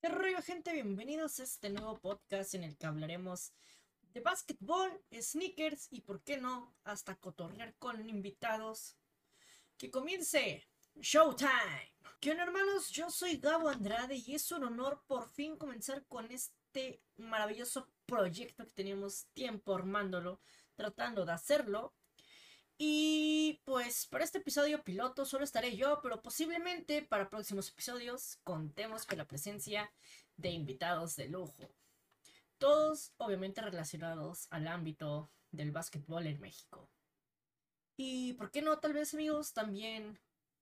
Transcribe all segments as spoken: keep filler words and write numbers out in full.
¿Qué rollo, gente? Bienvenidos a este nuevo podcast en el que hablaremos de básquetbol, sneakers y, por qué no, hasta cotorrear con invitados. ¡Que comience! ¡Showtime! ¿Qué onda, hermanos? Yo soy Gabo Andrade y es un honor por fin comenzar con este maravilloso proyecto que teníamos tiempo armándolo, tratando de hacerlo. Y pues para este episodio piloto solo estaré yo, pero posiblemente para próximos episodios contemos con la presencia de invitados de lujo. Todos obviamente relacionados al ámbito del básquetbol en México. Y por qué no, tal vez, amigos, también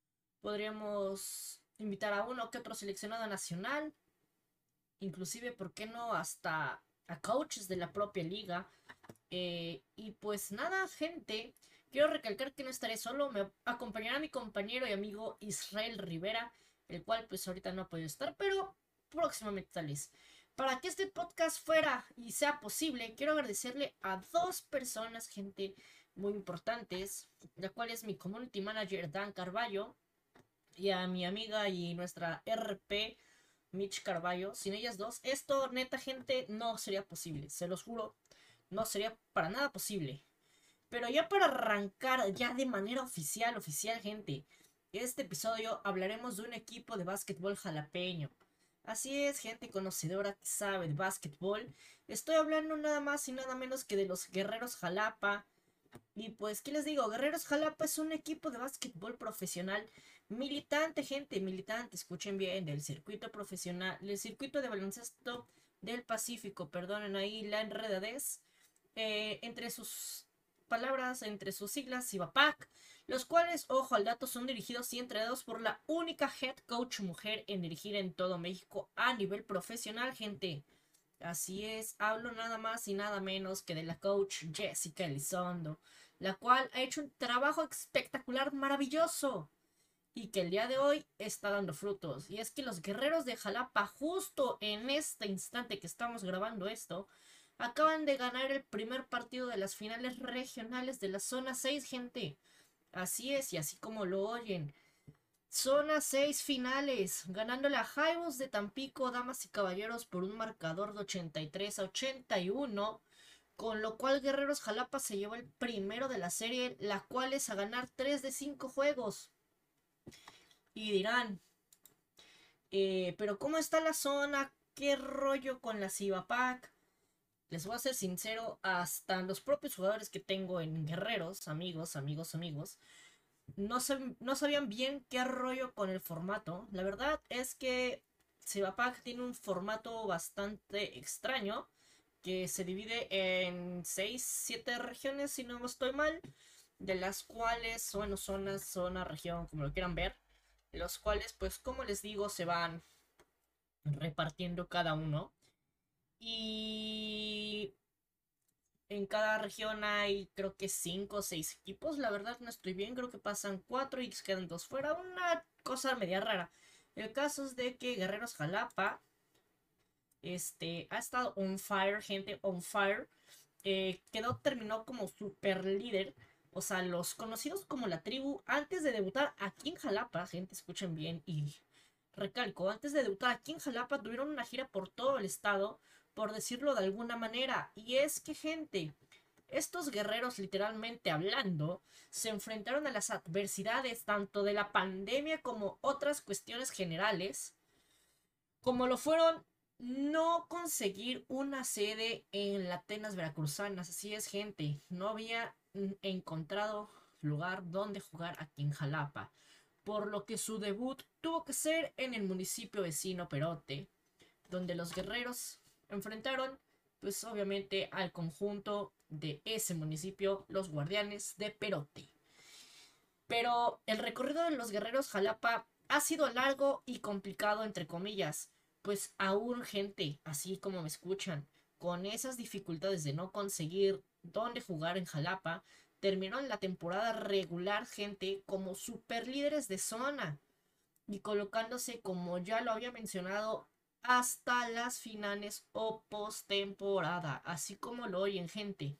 podríamos invitar a uno que otro seleccionado nacional. Inclusive, por qué no, hasta a coaches de la propia liga. Eh, y pues nada, gente, quiero recalcar que no estaré solo, me acompañará mi compañero y amigo Israel Rivera, el cual pues ahorita no ha podido estar, pero próximamente tal vez. Para que este podcast fuera y sea posible, quiero agradecerle a dos personas, gente, muy importantes, la cual es mi community manager Dan Carballo y a mi amiga y nuestra R P Mitch Carballo. Sin ellas dos, esto neta, gente, no sería posible, se los juro, no sería para nada posible. Pero ya para arrancar ya de manera oficial, oficial, gente, este episodio hablaremos de un equipo de básquetbol jalapeño. Así es, gente conocedora que sabe de básquetbol. Estoy hablando nada más y nada menos que de los Guerreros Jalapa. Y pues, ¿qué les digo? Guerreros Jalapa es un equipo de básquetbol profesional militante, gente, militante, escuchen bien, del circuito profesional, del circuito de baloncesto del Pacífico, perdonen ahí la enredadez, eh, entre sus palabras, entre sus siglas, Cibapac, los cuales, ojo al dato, son dirigidos y entrenados por la única head coach mujer en dirigir en todo México a nivel profesional, gente. Así es, hablo nada más y nada menos que de la coach Jessica Elizondo, la cual ha hecho un trabajo espectacular, maravilloso, y que el día de hoy está dando frutos. Y es que los guerreros de Jalapa, justo en este instante que estamos grabando esto, acaban de ganar el primer partido de las finales regionales de la zona seis, gente. Así es, y así como lo oyen. Zona seis finales, ganándole a Jaivos de Tampico, damas y caballeros, por un marcador de ochenta y tres a ochenta y uno, con lo cual Guerreros Jalapa se llevó el primero de la serie, la cual es a ganar tres de cinco juegos. Y dirán, eh, pero ¿cómo está la zona? ¿Qué rollo con la Cibapac? Les voy a ser sincero, hasta los propios jugadores que tengo en Guerreros, amigos, amigos, amigos, no, sab no sabían bien qué rollo con el formato. La verdad es que Cibapac tiene un formato bastante extraño, que se divide en seis siete regiones, si no estoy mal, de las cuales, bueno, zona, zona, región, como lo quieran ver, los cuales, pues, como les digo, se van repartiendo cada uno. Y en cada región hay, creo que cinco o seis equipos. La verdad no estoy bien, creo que pasan cuatro y quedan dos fuera. Una cosa media rara. El caso es de que Guerreros Jalapa este, ha estado on fire, gente, on fire. Eh, quedó, terminó como super líder. O sea, los conocidos como la tribu, antes de debutar aquí en Jalapa, gente, escuchen bien y recalco, antes de debutar aquí en Jalapa tuvieron una gira por todo el estado, por decirlo de alguna manera. Y es que, gente, estos guerreros, literalmente hablando, se enfrentaron a las adversidades tanto de la pandemia como otras cuestiones generales, como lo fueron no conseguir una sede en la Atenas Veracruzanas. Así es, gente, no había mm, encontrado lugar donde jugar aquí en Jalapa, por lo que su debut tuvo que ser en el municipio vecino Perote, donde los guerreros enfrentaron, pues obviamente, al conjunto de ese municipio, los Guardianes de Perote. Pero el recorrido de los guerreros Jalapa ha sido largo y complicado, entre comillas, pues aún, gente, así como me escuchan, con esas dificultades de no conseguir dónde jugar en Jalapa, terminaron la temporada regular, gente, como super líderes de zona y colocándose, como ya lo había mencionado, hasta las finales o postemporada, así como lo oyen, gente.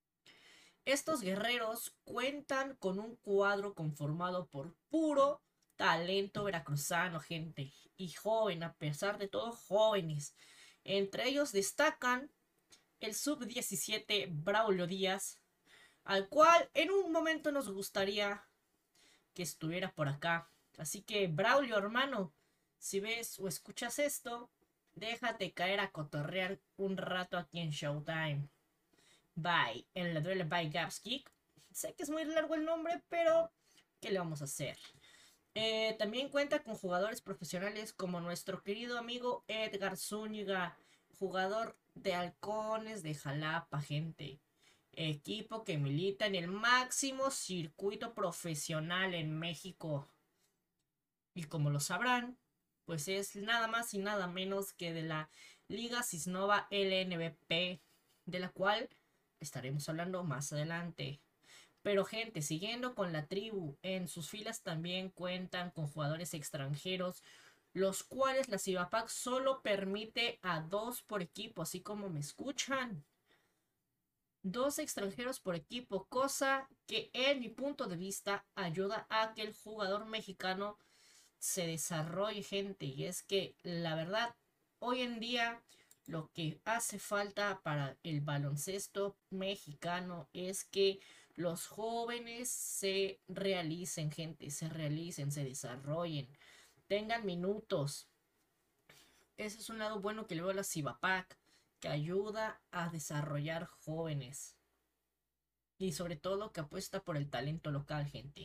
Estos guerreros cuentan con un cuadro conformado por puro talento veracruzano, gente, y joven, a pesar de todo, jóvenes. Entre ellos destacan el sub diecisiete Braulio Díaz, al cual en un momento nos gustaría que estuviera por acá. Así que, Braulio, hermano, si ves o escuchas esto, déjate caer a cotorrear un rato aquí en Showtime. Bye, en la duela by Gaps Geek. Sé que es muy largo el nombre, pero ¿qué le vamos a hacer? Eh, también cuenta con jugadores profesionales como nuestro querido amigo Edgar Zúñiga, jugador de Halcones de Jalapa, gente. Equipo que milita en el máximo circuito profesional en México. Y como lo sabrán, pues es nada más y nada menos que de la Liga Cisnova L N B P, de la cual estaremos hablando más adelante. Pero gente, siguiendo con la tribu, en sus filas también cuentan con jugadores extranjeros, los cuales la Cibapac solo permite a dos por equipo, así como me escuchan. Dos extranjeros por equipo, cosa que en mi punto de vista ayuda a que el jugador mexicano se desarrolle, gente. Y es que la verdad, hoy en día lo que hace falta para el baloncesto mexicano es que los jóvenes se realicen, gente, se realicen, se desarrollen, tengan minutos. Ese es un lado bueno que le veo a la Cibapac, que ayuda a desarrollar jóvenes. Y sobre todo que apuesta por el talento local, gente.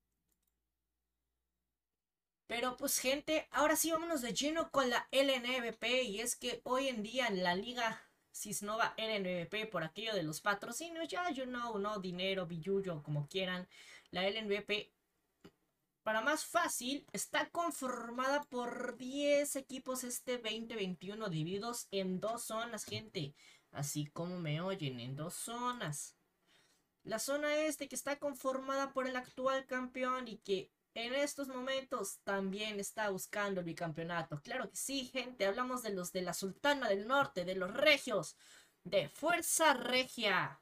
Pero pues gente, ahora sí vámonos de lleno con la L N B P. Y es que hoy en día en la liga Cisnova L N B P, por aquello de los patrocinios, ya you know, no, dinero, billuyo, como quieran, la L N B P, para más fácil, está conformada por diez equipos este veinte veintiuno, divididos en dos zonas, gente. Así como me oyen, en dos zonas. La zona este, que está conformada por el actual campeón y que en estos momentos también está buscando el bicampeonato. Claro que sí, gente, hablamos de los de la Sultana del Norte, de los regios, de Fuerza Regia.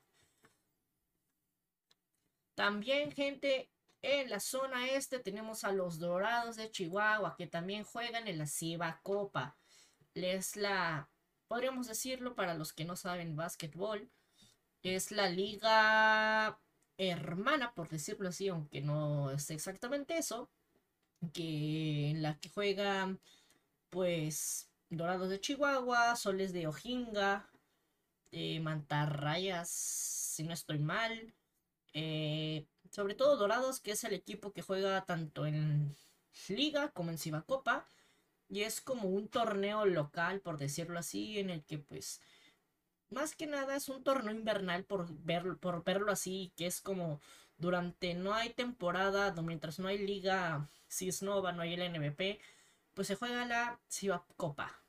También, gente, en la zona este tenemos a los Dorados de Chihuahua, que también juegan en la Ciba Copa. Es la, podríamos decirlo para los que no saben básquetbol, es la liga hermana, por decirlo así, aunque no es exactamente eso, que en la que juegan pues Dorados de Chihuahua, Soles de Ojinga, eh, Mantarrayas, si no estoy mal, eh, sobre todo Dorados, que es el equipo que juega tanto en Liga como en Cibacopa, y es como un torneo local, por decirlo así, en el que pues más que nada es un torneo invernal, por, ver, por verlo así, que es como durante no hay temporada, mientras no hay liga Cisnova, no hay el N B P, pues se juega la Ciudad Copa.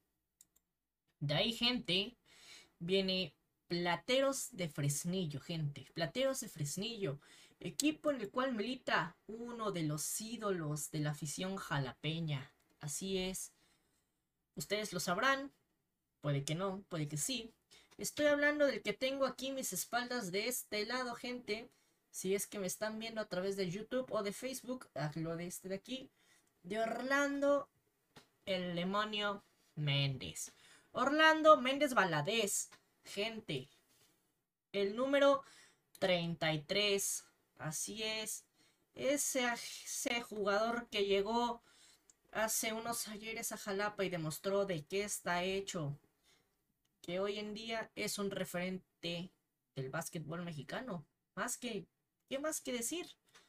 De ahí, gente, viene Plateros de Fresnillo, gente. Plateros de Fresnillo, equipo en el cual milita uno de los ídolos de la afición jalapeña. Así es. Ustedes lo sabrán, puede que no, puede que sí. Estoy hablando del que tengo aquí mis espaldas de este lado, gente. Si es que me están viendo a través de YouTube o de Facebook, lo de este de aquí. De Orlando, el demonio Méndez. Orlando Méndez Valadez, gente. El número treinta y tres. Así es. Ese, ese jugador que llegó hace unos ayeres a Jalapa y demostró de qué está hecho, que hoy en día es un referente del básquetbol mexicano. Más que, ¿qué más que decir?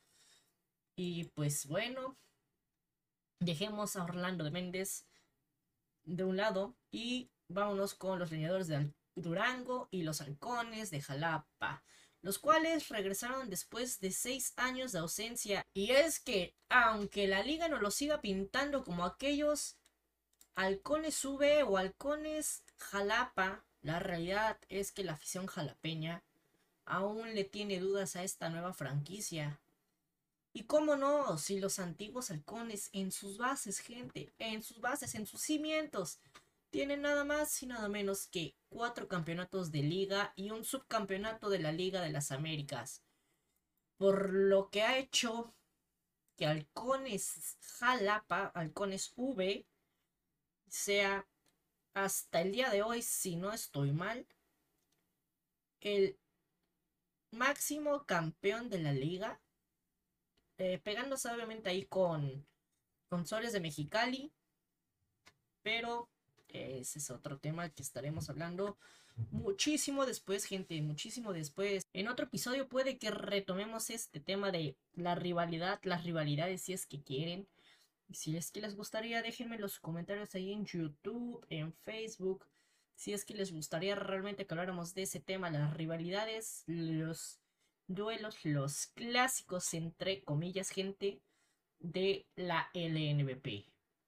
Y pues bueno, dejemos a Orlando de Méndez de un lado y vámonos con los leñadores de Durango y los halcones de Jalapa, los cuales regresaron después de seis años de ausencia. Y es que, aunque la liga no lo siga pintando como aquellos halcones V o halcones Jalapa, la realidad es que la afición jalapeña aún le tiene dudas a esta nueva franquicia. Y cómo no, si los antiguos halcones en sus bases, gente, en sus bases, en sus cimientos, tienen nada más y nada menos que cuatro campeonatos de liga y un subcampeonato de la Liga de las Américas. Por lo que ha hecho que Halcones Jalapa, Halcones V, sea hasta el día de hoy, si no estoy mal, el máximo campeón de la liga, eh, pegándose obviamente ahí con, con Soles de Mexicali, pero ese es otro tema que estaremos hablando muchísimo después, gente, muchísimo después. En otro episodio puede que retomemos este tema de la rivalidad, las rivalidades si es que quieren. Si es que les gustaría, déjenme los comentarios ahí en YouTube, en Facebook. Si es que les gustaría realmente que habláramos de ese tema, las rivalidades, los duelos, los clásicos, entre comillas, gente, de la L N B P.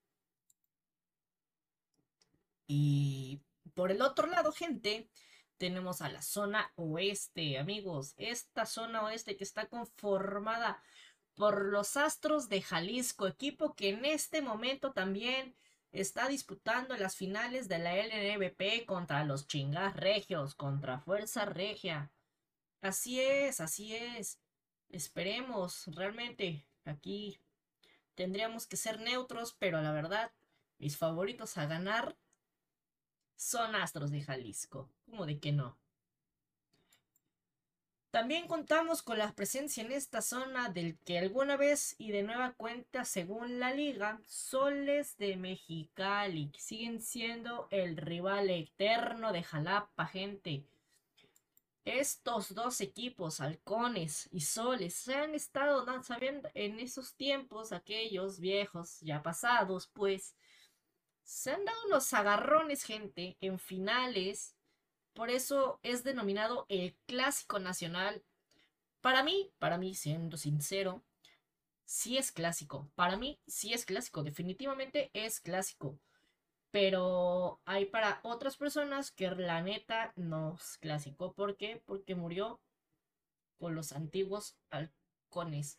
Y por el otro lado, gente, tenemos a la zona oeste, amigos. Esta zona oeste que está conformada por los Astros de Jalisco, equipo que en este momento también está disputando las finales de la L N B P contra los Chingas Regios, contra Fuerza Regia. Así es, así es. Esperemos, realmente, aquí tendríamos que ser neutros, pero la verdad, mis favoritos a ganar son Astros de Jalisco. ¿Cómo de que no? También contamos con la presencia en esta zona del que alguna vez y de nueva cuenta, según la liga, Soles de Mexicali, que siguen siendo el rival eterno de Jalapa, gente. Estos dos equipos, Halcones y Soles, se han estado sabiendo en esos tiempos, aquellos viejos, ya pasados, pues, se han dado unos agarrones, gente, en finales. Por eso es denominado el clásico nacional. Para mí, para mí, siendo sincero, sí es clásico. Para mí, sí es clásico. Definitivamente es clásico. Pero hay para otras personas que la neta no es clásico. ¿Por qué? Porque murió con los antiguos halcones.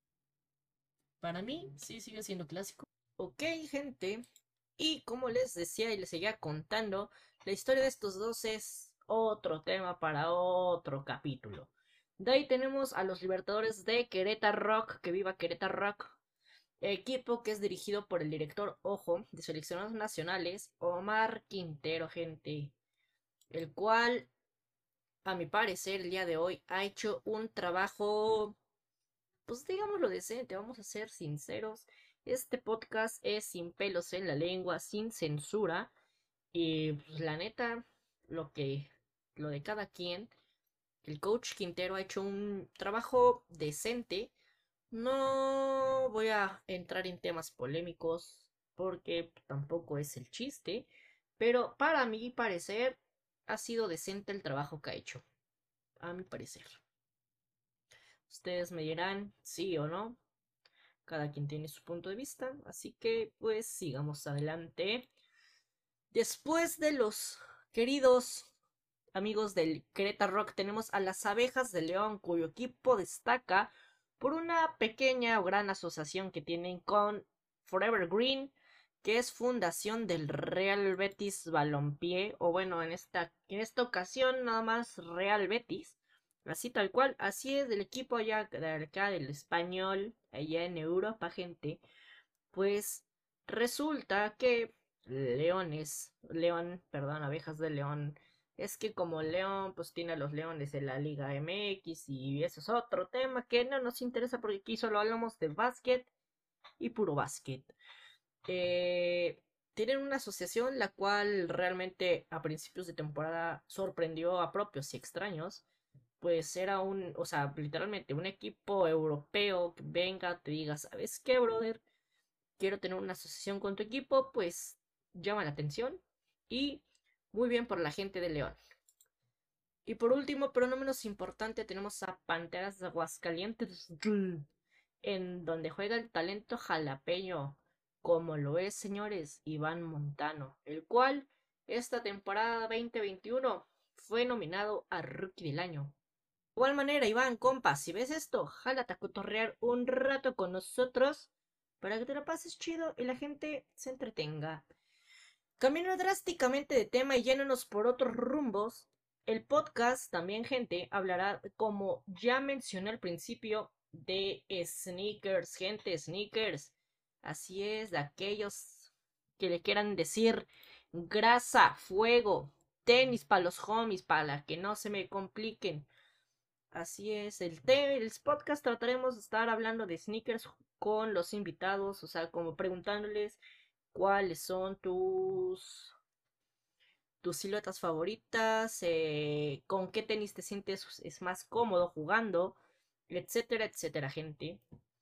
Para mí, sí sigue siendo clásico. Ok, gente. Y como les decía y les seguía contando, la historia de estos dos es otro tema para otro capítulo. De ahí tenemos a los Libertadores de Querétaro Rock, que viva Querétaro Rock, equipo que es dirigido por el director, ojo, de seleccionados nacionales, Omar Quintero, gente, el cual, a mi parecer, el día de hoy ha hecho un trabajo, pues digámoslo decente, vamos a ser sinceros. Este podcast es sin pelos en la lengua, sin censura, y pues, la neta, lo que, lo de cada quien. El coach Quintero ha hecho un trabajo decente. No voy a entrar en temas polémicos porque tampoco es el chiste, pero para mi parecer ha sido decente el trabajo que ha hecho. A mi parecer. Ustedes me dirán sí o no. Cada quien tiene su punto de vista, así que pues sigamos adelante. Después de los queridos amigos del Querétaro Rock, tenemos a las Abejas de León, cuyo equipo destaca por una pequeña o gran asociación que tienen con Forever Green, que es fundación del Real Betis Balompié, o bueno, en esta, en esta ocasión nada más Real Betis, así tal cual, así es del equipo allá de acá del español, allá en Europa, gente. Pues resulta que Leones, León, perdón, Abejas de León, es que como León pues tiene a los Leones de la Liga M X y eso es otro tema que no nos interesa porque aquí solo hablamos de básquet y puro básquet. Eh, tienen una asociación la cual realmente a principios de temporada sorprendió a propios y extraños. Pues era un, o sea, literalmente un equipo europeo que venga, te diga, ¿sabes qué, brother? Quiero tener una asociación con tu equipo, pues llama la atención. Y muy bien por la gente de León. Y por último, pero no menos importante, tenemos a Panteras de Aguascalientes, en donde juega el talento jalapeño, como lo es, señores, Iván Montano, el cual esta temporada veinte veintiuno fue nominado a Rookie del Año. De igual manera, Iván, compa, si ves esto, jálate a cotorrear un rato con nosotros para que te lo pases chido y la gente se entretenga. Cambiando drásticamente de tema y yéndonos por otros rumbos, el podcast también, gente, hablará, como ya mencioné al principio, de sneakers, gente, sneakers. Así es, de aquellos que le quieran decir grasa, fuego, tenis para los homies, para que no se me compliquen. Así es, el, te el podcast trataremos de estar hablando de sneakers con los invitados, o sea, como preguntándoles cuáles son tus tus siluetas favoritas, eh, con qué tenis te sientes es más cómodo jugando, etcétera, etcétera, gente.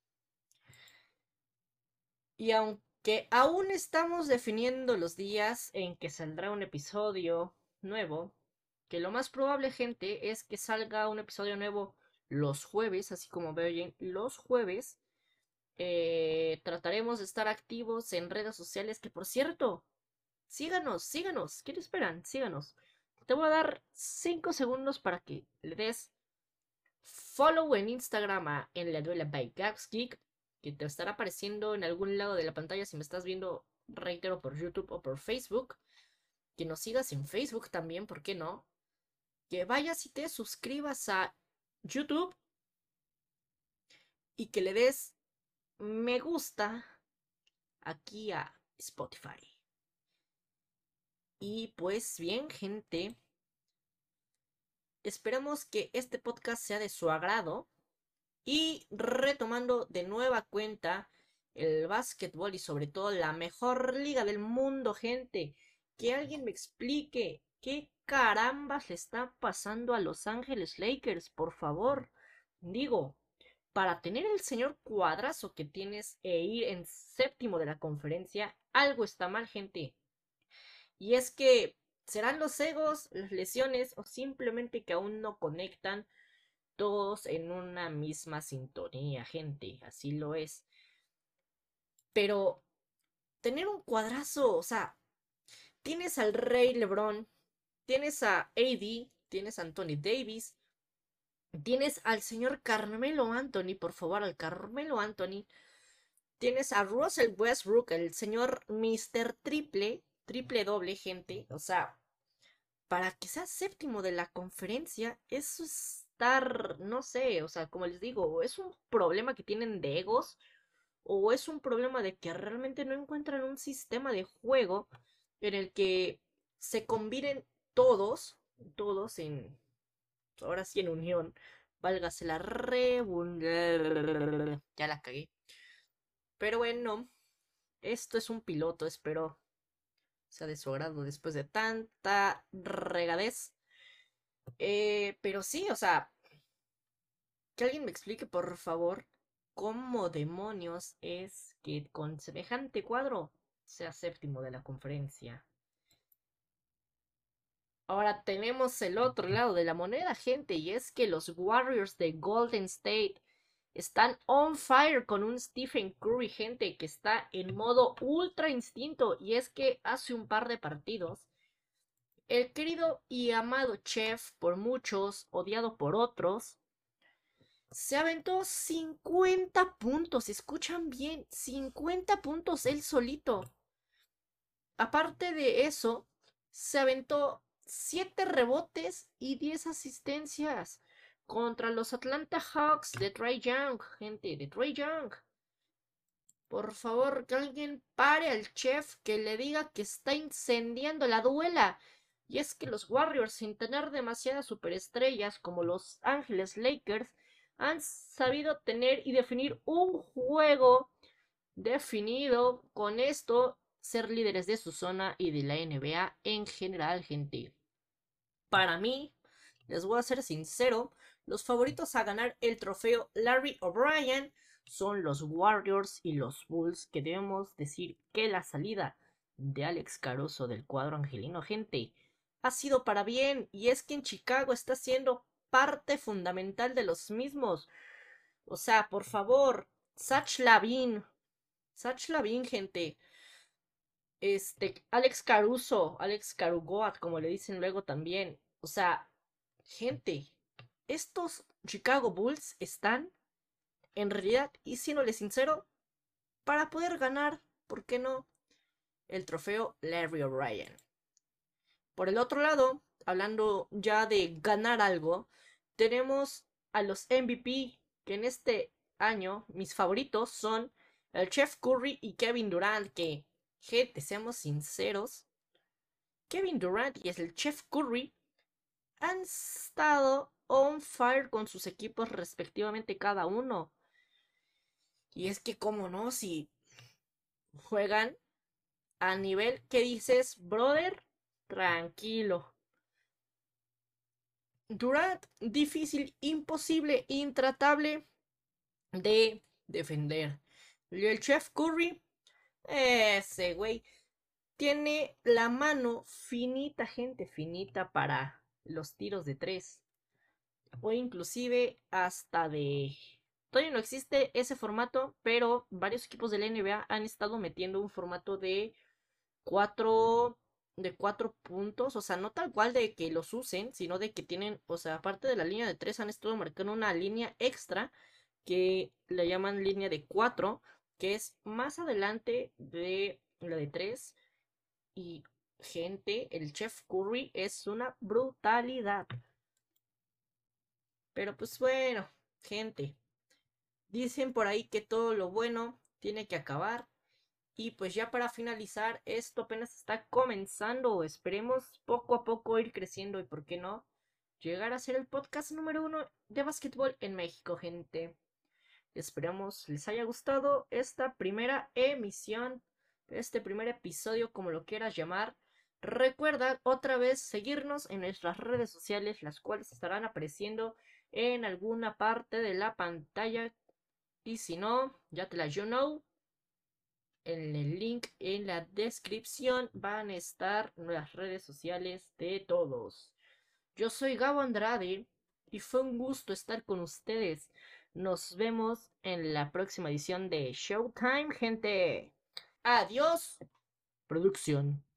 Y aunque aún estamos definiendo los días en que saldrá un episodio nuevo, que lo más probable, gente, es que salga un episodio nuevo los jueves, así como ven, los jueves. Eh, trataremos de estar activos en redes sociales, que por cierto, síganos, síganos. ¿Qué esperan? Síganos. Te voy a dar cinco segundos para que le des follow en Instagram a En la Duela by Gaps Geek, que te estará apareciendo en algún lado de la pantalla si me estás viendo, reitero, por YouTube o por Facebook. Que nos sigas en Facebook también, ¿por qué no? Que vayas y te suscribas a YouTube y que le des me gusta aquí a Spotify. Y pues bien, gente, esperamos que este podcast sea de su agrado. Y retomando de nueva cuenta el básquetbol y sobre todo la mejor liga del mundo, gente. Que alguien me explique qué carambas le está pasando a Los Ángeles Lakers, por favor. Digo, para tener el señor cuadrazo que tienes e ir en séptimo de la conferencia, algo está mal, gente. Y es que serán los egos, las lesiones o simplemente que aún no conectan todos en una misma sintonía, gente, así lo es. Pero tener un cuadrazo, o sea, tienes al Rey LeBron, tienes a A D, tienes a Anthony Davis, tienes al señor Carmelo Anthony, por favor, al Carmelo Anthony, tienes a Russell Westbrook, el señor mister Triple, triple doble, gente, o sea, para que sea séptimo de la conferencia, eso es estar, no sé, o sea, como les digo, es un problema que tienen de egos o es un problema de que realmente no encuentran un sistema de juego en el que se combinen todos, todos en, ahora sí en unión, válgase la rebun... Ya la cagué. Pero bueno, esto es un piloto, espero sea de su agrado después de tanta regadez. Eh, pero sí, o sea, que alguien me explique por favor cómo demonios es que con semejante cuadro sea séptimo de la conferencia. Ahora tenemos el otro lado de la moneda, gente, y es que los Warriors de Golden State están on fire con un Stephen Curry, gente, que está en modo ultra instinto. Y es que hace un par de partidos, el querido y amado Chef por muchos, odiado por otros, se aventó cincuenta puntos, escuchan bien, cincuenta puntos él solito. Aparte de eso, se aventó siete rebotes y diez asistencias contra los Atlanta Hawks de Trae Young, gente, de Trae Young. Por favor, que alguien pare al Chef, que le diga que está incendiando la duela. Y es que los Warriors, sin tener demasiadas superestrellas como los Ángeles Lakers, han sabido tener y definir un juego definido. Con esto, ser líderes de su zona y de la N B A en general, gente. Para mí, les voy a ser sincero, los favoritos a ganar el trofeo Larry O'Brien son los Warriors y los Bulls, que debemos decir que la salida de Alex Caruso del cuadro angelino, gente, ha sido para bien, y es que en Chicago está siendo parte fundamental de los mismos. O sea, por favor, Zach LaVine, Zach LaVine, gente, este, Alex Caruso, Alex Carugoat, como le dicen luego también, o sea, gente, estos Chicago Bulls están, en realidad, y siéndole sincero, para poder ganar, ¿por qué no?, el trofeo Larry O'Brien. Por el otro lado, hablando ya de ganar algo, tenemos a los M V P, que en este año, mis favoritos son el Chef Curry y Kevin Durant, que, gente, seamos sinceros, Kevin Durant y el Chef Curry han estado on fire con sus equipos respectivamente cada uno. Y es que, como no, si juegan a nivel que dices, brother, tranquilo. Durant, difícil, imposible, intratable de defender. Y el Chef Curry, ese güey, tiene la mano finita, gente, finita para los tiros de tres. O inclusive hasta de... Todavía no existe ese formato, pero varios equipos de la N B A han estado metiendo un formato de cuatro de cuatro puntos, o sea, no tal cual de que los usen, sino de que tienen, o sea, aparte de la línea de tres han estado marcando una línea extra que le llaman línea de cuatro, que es más adelante de la de tres. Y gente, el Chef Curry es una brutalidad. Pero pues bueno, gente, dicen por ahí que todo lo bueno tiene que acabar. Y pues ya para finalizar, esto apenas está comenzando. Esperemos poco a poco ir creciendo y, por qué no, llegar a ser el podcast número uno de básquetbol en México, gente. Esperamos les haya gustado esta primera emisión, este primer episodio, como lo quieras llamar. Recuerda otra vez seguirnos en nuestras redes sociales, las cuales estarán apareciendo en alguna parte de la pantalla. Y si no, ya te las you know. En el link en la descripción van a estar las redes sociales de todos. Yo soy Gabo Andrade y fue un gusto estar con ustedes. Nos vemos en la próxima edición de Showtime, gente. Adiós, producción.